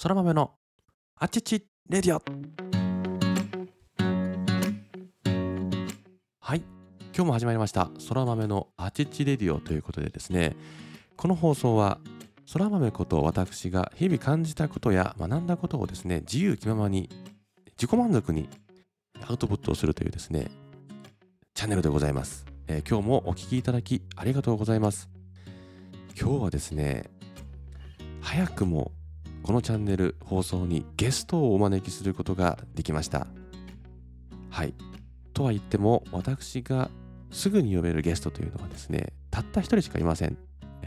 そら豆のあちちレディオ。はい、今日も始まりましたそら豆のあちちレディオということでですね、この放送はそら豆こと私が日々感じたことや学んだことをですね、自由気ままに自己満足にアウトプットをするというですねチャンネルでございます。今日もお聞きいただきありがとうございます。今日はですね、早くもこのチャンネル放送にゲストをお招きすることができました。はい。とは言っても、私がすぐに呼べるゲストというのはですね、たった一人しかいません。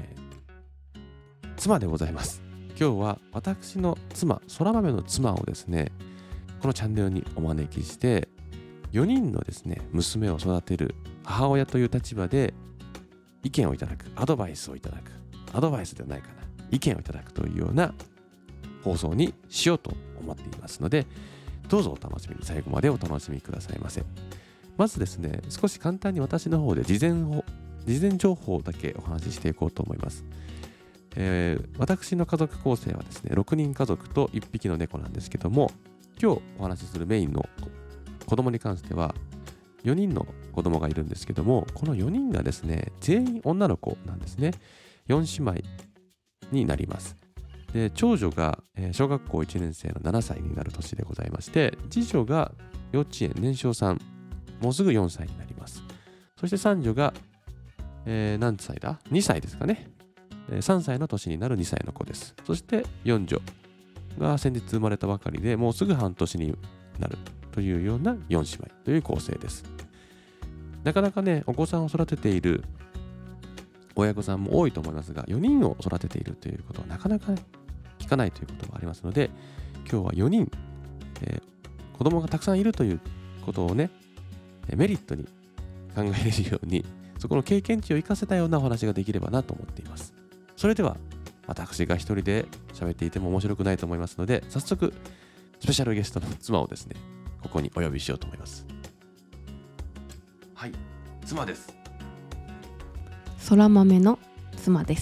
妻でございます。今日は私の妻、そら豆の妻をですね、このチャンネルにお招きして、4人のですね、娘を育てる母親という立場で意見をいただく、アドバイスをいただく、アドバイスではないかな、意見をいただくというような放送にしようと思っていますので、どうぞお楽しみに、最後までお楽しみくださいませ。まずですね、少し簡単に私の方で事前情報だけお話ししていこうと思います。私の家族構成はですね、6人家族と1匹の猫なんですけども、今日お話しするメインの子供に関しては4人の子供がいるんですけども、この4人がですね、全員女の子なんですね。4姉妹になります。で、長女が小学校1年生の7歳になる年でございまして、次女が幼稚園年少さん、もうすぐ4歳になります。そして三女が、何歳だ ?2 歳ですかね。3歳の年になる2歳の子です。そして四女が先日生まれたばかりで、もうすぐ半年になるというような4姉妹という構成です。なかなかね、お子さんを育てている親御さんも多いと思いますが、4人を育てているということはなかなか聞かないということもありますので、今日は4人、子供がたくさんいるということをね、メリットに考えれるように、そこの経験値を生かせたようなお話ができればなと思っています。それでは、私が一人で喋っていても面白くないと思いますので、早速、スペシャルゲストの妻をですね、ここにお呼びしようと思います。はい、妻です。 そら豆の妻です。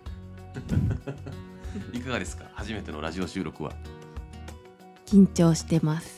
いかがですか、初めてのラジオ収録は。 緊張してます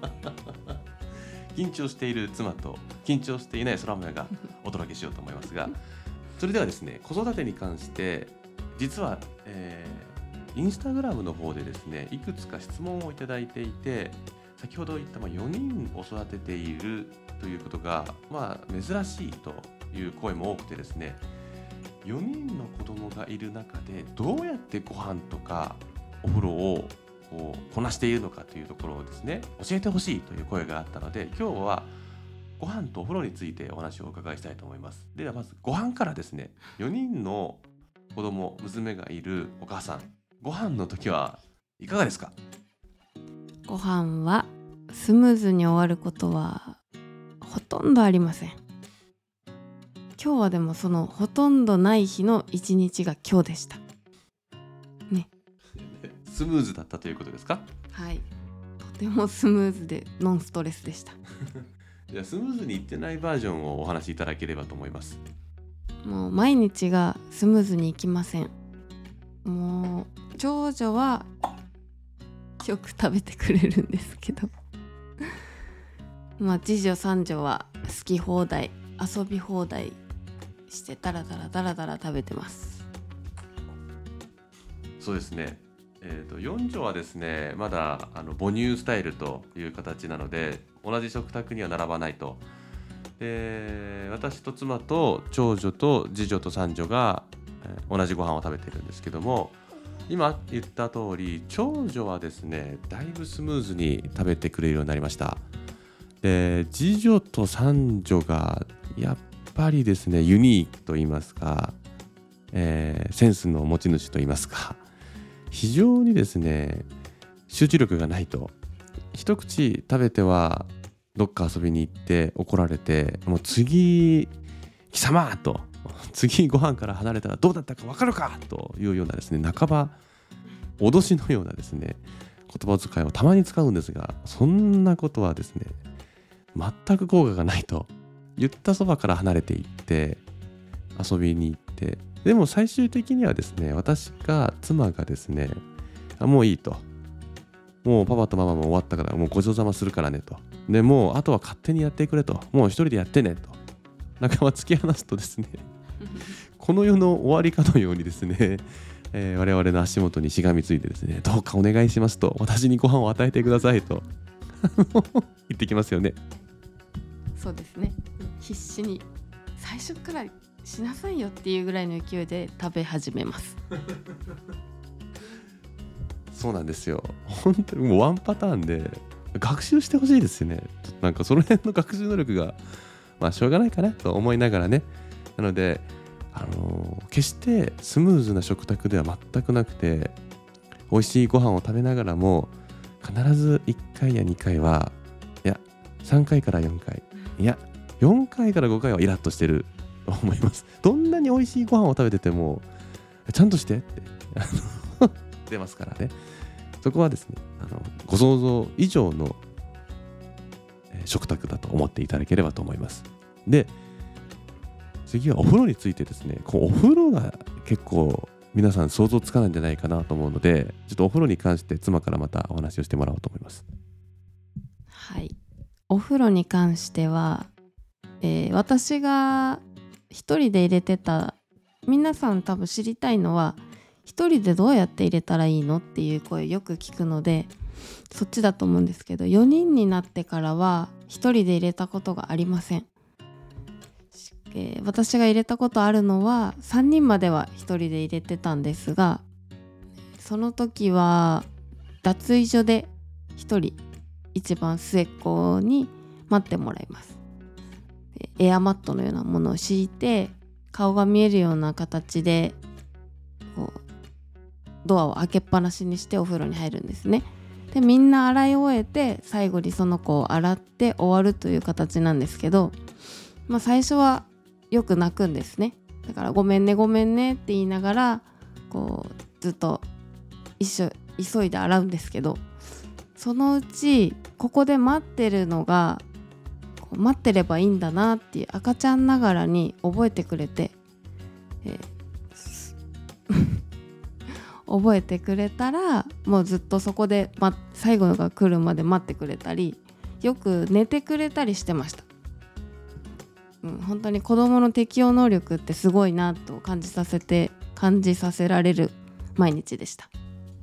緊張している妻と緊張していないそら豆がお届けしようと思いますが、それではですね、子育てに関して実は、インスタグラムの方でですね、いくつか質問をいただいていて、先ほど言った4人を育てているということが、珍しいという声も多くてですね、4人の子供がいる中でどうやってご飯とかお風呂をこなしているのかというところをですね、教えてほしいという声があったので、今日はご飯とお風呂についてお話をお伺いしたいと思います。ではまずご飯からですね、4人の子供、娘がいるお母さん、ご飯の時はいかがですか？ ご飯はスムーズに終わることはほとんどありません。今日はでもそのほとんどない日の一日が今日でしたね。 スムーズだったということですか？ はい、とてもスムーズでノンストレスでしたじゃあスムーズにいってないバージョンをお話しいただければと思います。 もう毎日がスムーズにいきません。もう長女はよく食べてくれるんですけど次女三女は好き放題遊び放題してダラダラ食べてます。 そうですね、四女はですね、まだ母乳スタイルという形なので同じ食卓には並ばないと。で、私と妻と長女と次女と三女が、同じご飯を食べているんですけども、今言った通り長女はですね、だいぶスムーズに食べてくれるようになりました。で、次女と三女がやっぱりですね、ユニークと言いますか、センスの持ち主と言いますか、非常にですね、集中力がないと、一口食べてはどっか遊びに行って怒られて、もう次貴様と、次ご飯から離れたらどうだったか分かるかというようなですね、半ば脅しのようなですね、言葉遣いをたまに使うんですが、そんなことはですね、全く効果がないと。言ったそばから離れていって遊びに行って、でも最終的にはですね、妻がですね、 もういいと、もうパパとママも終わったからもうごちそうさまするからねと、でもうあとは勝手にやってくれと、もう一人でやってねと仲間突き放すとですねこの世の終わりかのようにですね、我々の足元にしがみついてですね、どうかお願いしますと、私にご飯を与えてくださいと言ってきますよね。 そうですね。必死に最初からしなさいよっていうぐらいの勢いで食べ始めますそうなんですよ。本当にもうワンパターンで学習してほしいですよね。なんかその辺の学習能力がまあしょうがないかなと思いながらね。なので決してスムーズな食卓では全くなくて、美味しいご飯を食べながらも必ず1回や2回は、いや3回から4回、いや4回から5回はイラッとしてると思います。どんなに美味しいご飯を食べててもちゃんとしてって出ますからね。そこはですね、ご想像以上の食卓だと思っていただければと思います。で、次はお風呂についてですね。お風呂が結構皆さん想像つかないんじゃないかなと思うので、ちょっとお風呂に関して妻からまたお話をしてもらおうと思います。 はい、お風呂に関しては、私が一人で入れてた、皆さん多分知りたいのは一人でどうやって入れたらいいのっていう声よく聞くので、そっちだと思うんですけど、4人になってからは一人で入れたことがありません。私が入れたことあるのは3人までは一人で入れてたんですが、その時は脱衣所で一人一番末っ子に待ってもらいます。エアマットのようなものを敷いて、顔が見えるような形でこうドアを開けっぱなしにしてお風呂に入るんですね。で、みんな洗い終えて最後にその子を洗って終わるという形なんですけど、最初はよく泣くんですね。だからごめんねごめんねって言いながらずっと急いで洗うんですけど、そのうちここで待ってるのが待ってればいいんだなっていう赤ちゃんながらに覚えてくれて、覚えてくれたらもうずっとそこで、最後が来るまで待ってくれたり、よく寝てくれたりしてました。本当に子どもの適応能力ってすごいなと感じさせられる毎日でした。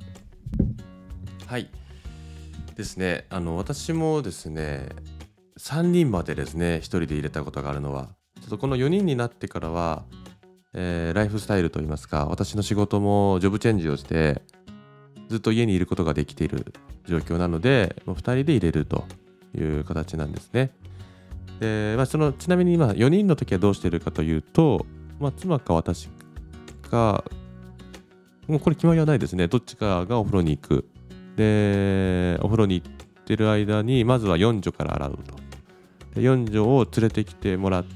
はいですね。私もですね3人までですね1人で入れたことがあるのは、ちょっとこの4人になってからは、ライフスタイルといいますか、私の仕事もジョブチェンジをしてずっと家にいることができている状況なので、もう2人で入れるという形なんですね。で、ちなみに今4人の時はどうしているかというと、妻か私か、もうこれ決まりはないですね。どっちかがお風呂に行く。で、お風呂に行ってる間にまずは4女から洗うと。で、4女を連れてきてもらって、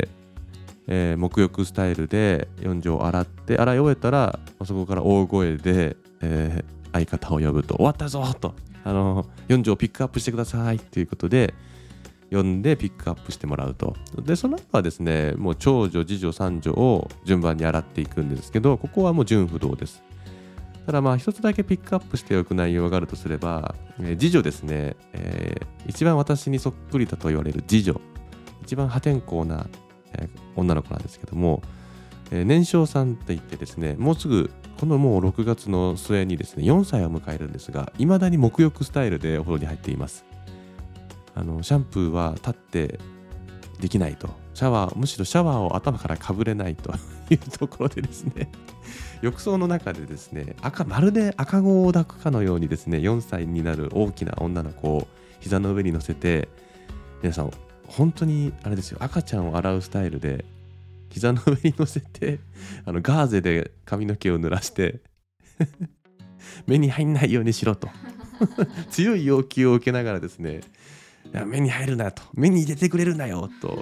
沐浴スタイルで4女を洗い終えたら、そこから大声で、相方を呼ぶと、終わったぞと、4女をピックアップしてくださいっていうことで呼んでピックアップしてもらうと。で、その後はですね、もう長女次女三女を順番に洗っていくんですけど、ここはもう順不動です。ただ一つだけピックアップしておく内容があるとすれば、次女ですね、一番私にそっくりだと言われる次女、一番破天荒な、女の子なんですけども、年少さんって言ってですね、もうすぐこのもう6月の末にですね4歳を迎えるんですが、未だに沐浴スタイルでお風呂に入っています。シャンプーは立ってできないと、むしろシャワーを頭からかぶれないというところでですね、浴槽の中でですね、まるで赤子を抱くかのようにですね、4歳になる大きな女の子を膝の上に乗せて、皆さん本当にあれですよ、赤ちゃんを洗うスタイルで膝の上に乗せてガーゼで髪の毛を濡らして目に入んないようにしろと強い要求を受けながらですね、いや目に入るなと、目に入れてくれるなよと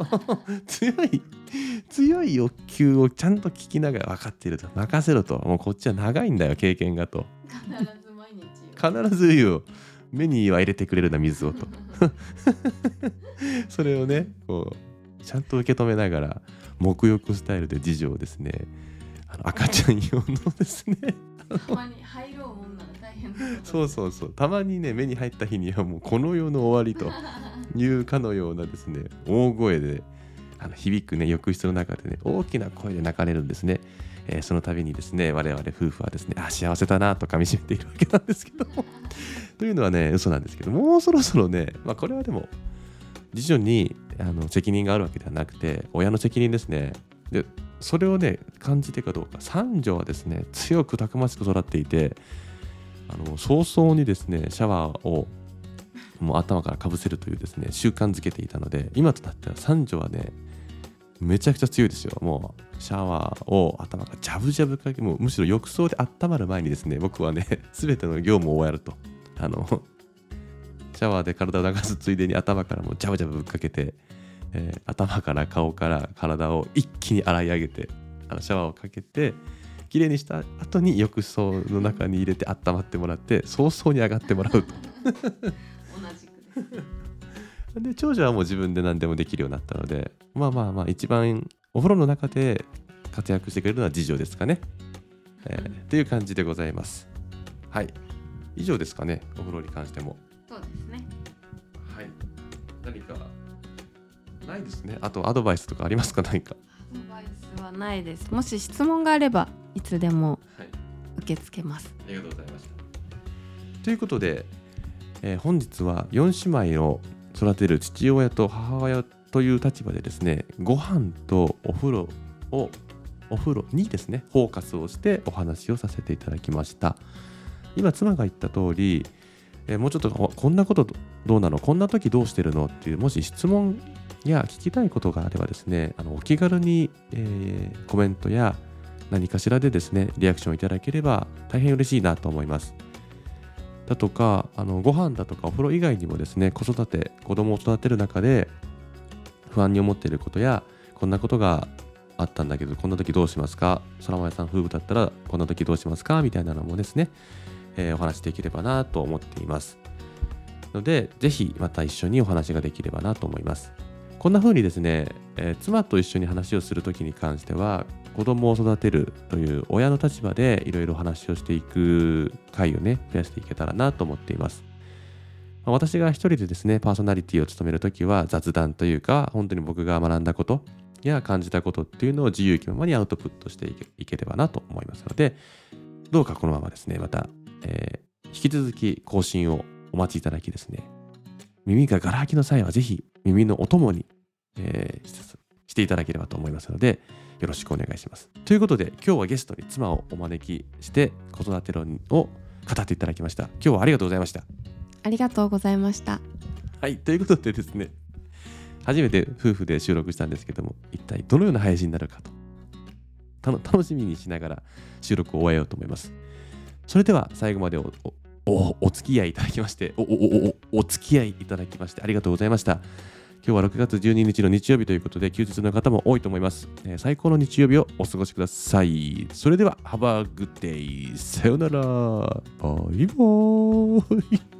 強い欲求をちゃんと聞きながら、分かっていると、任せろと、もうこっちは長いんだよ経験がと、必ず言うよ、目には入れてくれるな水をとそれをねちゃんと受け止めながら沐浴スタイルで次女をですね、赤ちゃん用のですねたまに入ろうもんなら大変なことそうそうそう、たまにね目に入った日にはもうこの世の終わりというかのようなですね、大声で響くね浴室の中でね大きな声で泣かれるんですね。その度にですね我々夫婦はですね幸せだなと噛み締めているわけなんですけどもというのはね嘘なんですけど、もうそろそろね、これはでも次女に責任があるわけではなくて親の責任ですね。でそれをね感じてかどうか、三女はですね強くたくましく育っていて、早々にですねシャワーをもう頭からかぶせるというですね習慣づけていたので、今となっては三女はねめちゃくちゃ強いですよ。もうシャワーを頭からジャブジャブかけ、もうむしろ浴槽で温まる前にですね僕はね全ての業務を終えると、シャワーで体を流すついでに頭からもジャブジャブぶっかけて、頭から顔から体を一気に洗い上げてシャワーをかけてきれいにした後に浴槽の中に入れて温まってもらって早々に上がってもらうと同じくですで長女はもう自分で何でもできるようになったので、一番お風呂の中で活躍してくれるのは次女ですかね、っていう感じでございます。はい、以上ですかね、お風呂に関しても。 そうですね。 はい、何かないですね。あとアドバイスとかありますか？何かアドバイスはないです。もし質問があればいつでも受け付けます。 ありがとうございました。ということで、本日は4姉妹を育てる父親と母親という立場でですね、ご飯とお風呂にですねフォーカスをしてお話をさせていただきました。今妻が言った通り、もうちょっとこんなことどうなの、こんな時どうしてるのっていう、もし質問や聞きたいことがあればですね、お気軽に、コメントや何かしらでですねリアクションいただければ大変嬉しいなと思います。だとかご飯だとかお風呂以外にもですね、子供を育てる中で不安に思っていることや、こんなことがあったんだけどこんな時どうしますか、空豆さん夫婦だったらこんな時どうしますかみたいなのもですね、お話できればなと思っていますので、ぜひまた一緒にお話ができればなと思います。こんな風にですね、妻と一緒に話をするときに関しては子供を育てるという親の立場でいろいろ話をしていく回をね増やしていけたらなと思っています。私が一人でですねパーソナリティを務めるときは雑談というか、本当に僕が学んだことや感じたことっていうのを自由気ままにアウトプットしていければなと思いますので、どうかこのままですねまた、引き続き更新をお待ちいただきですね、耳がガラ空きの際はぜひ耳のお供に、していただければと思いますので、よろしくお願いします。ということで今日はゲストに妻をお招きして子育て論を語っていただきました。今日はありがとうございました。 ありがとうございました。 はい、ということでですね、初めて夫婦で収録したんですけども、一体どのような配信になるかと楽しみにしながら収録を終えようと思います。それでは最後までお付き合いいただきましてお付き合いいただきましてありがとうございました。今日は6月12日の日曜日ということで休日の方も多いと思います。最高の日曜日をお過ごしください。それでは Have a good day。さよなら。バイバーイ。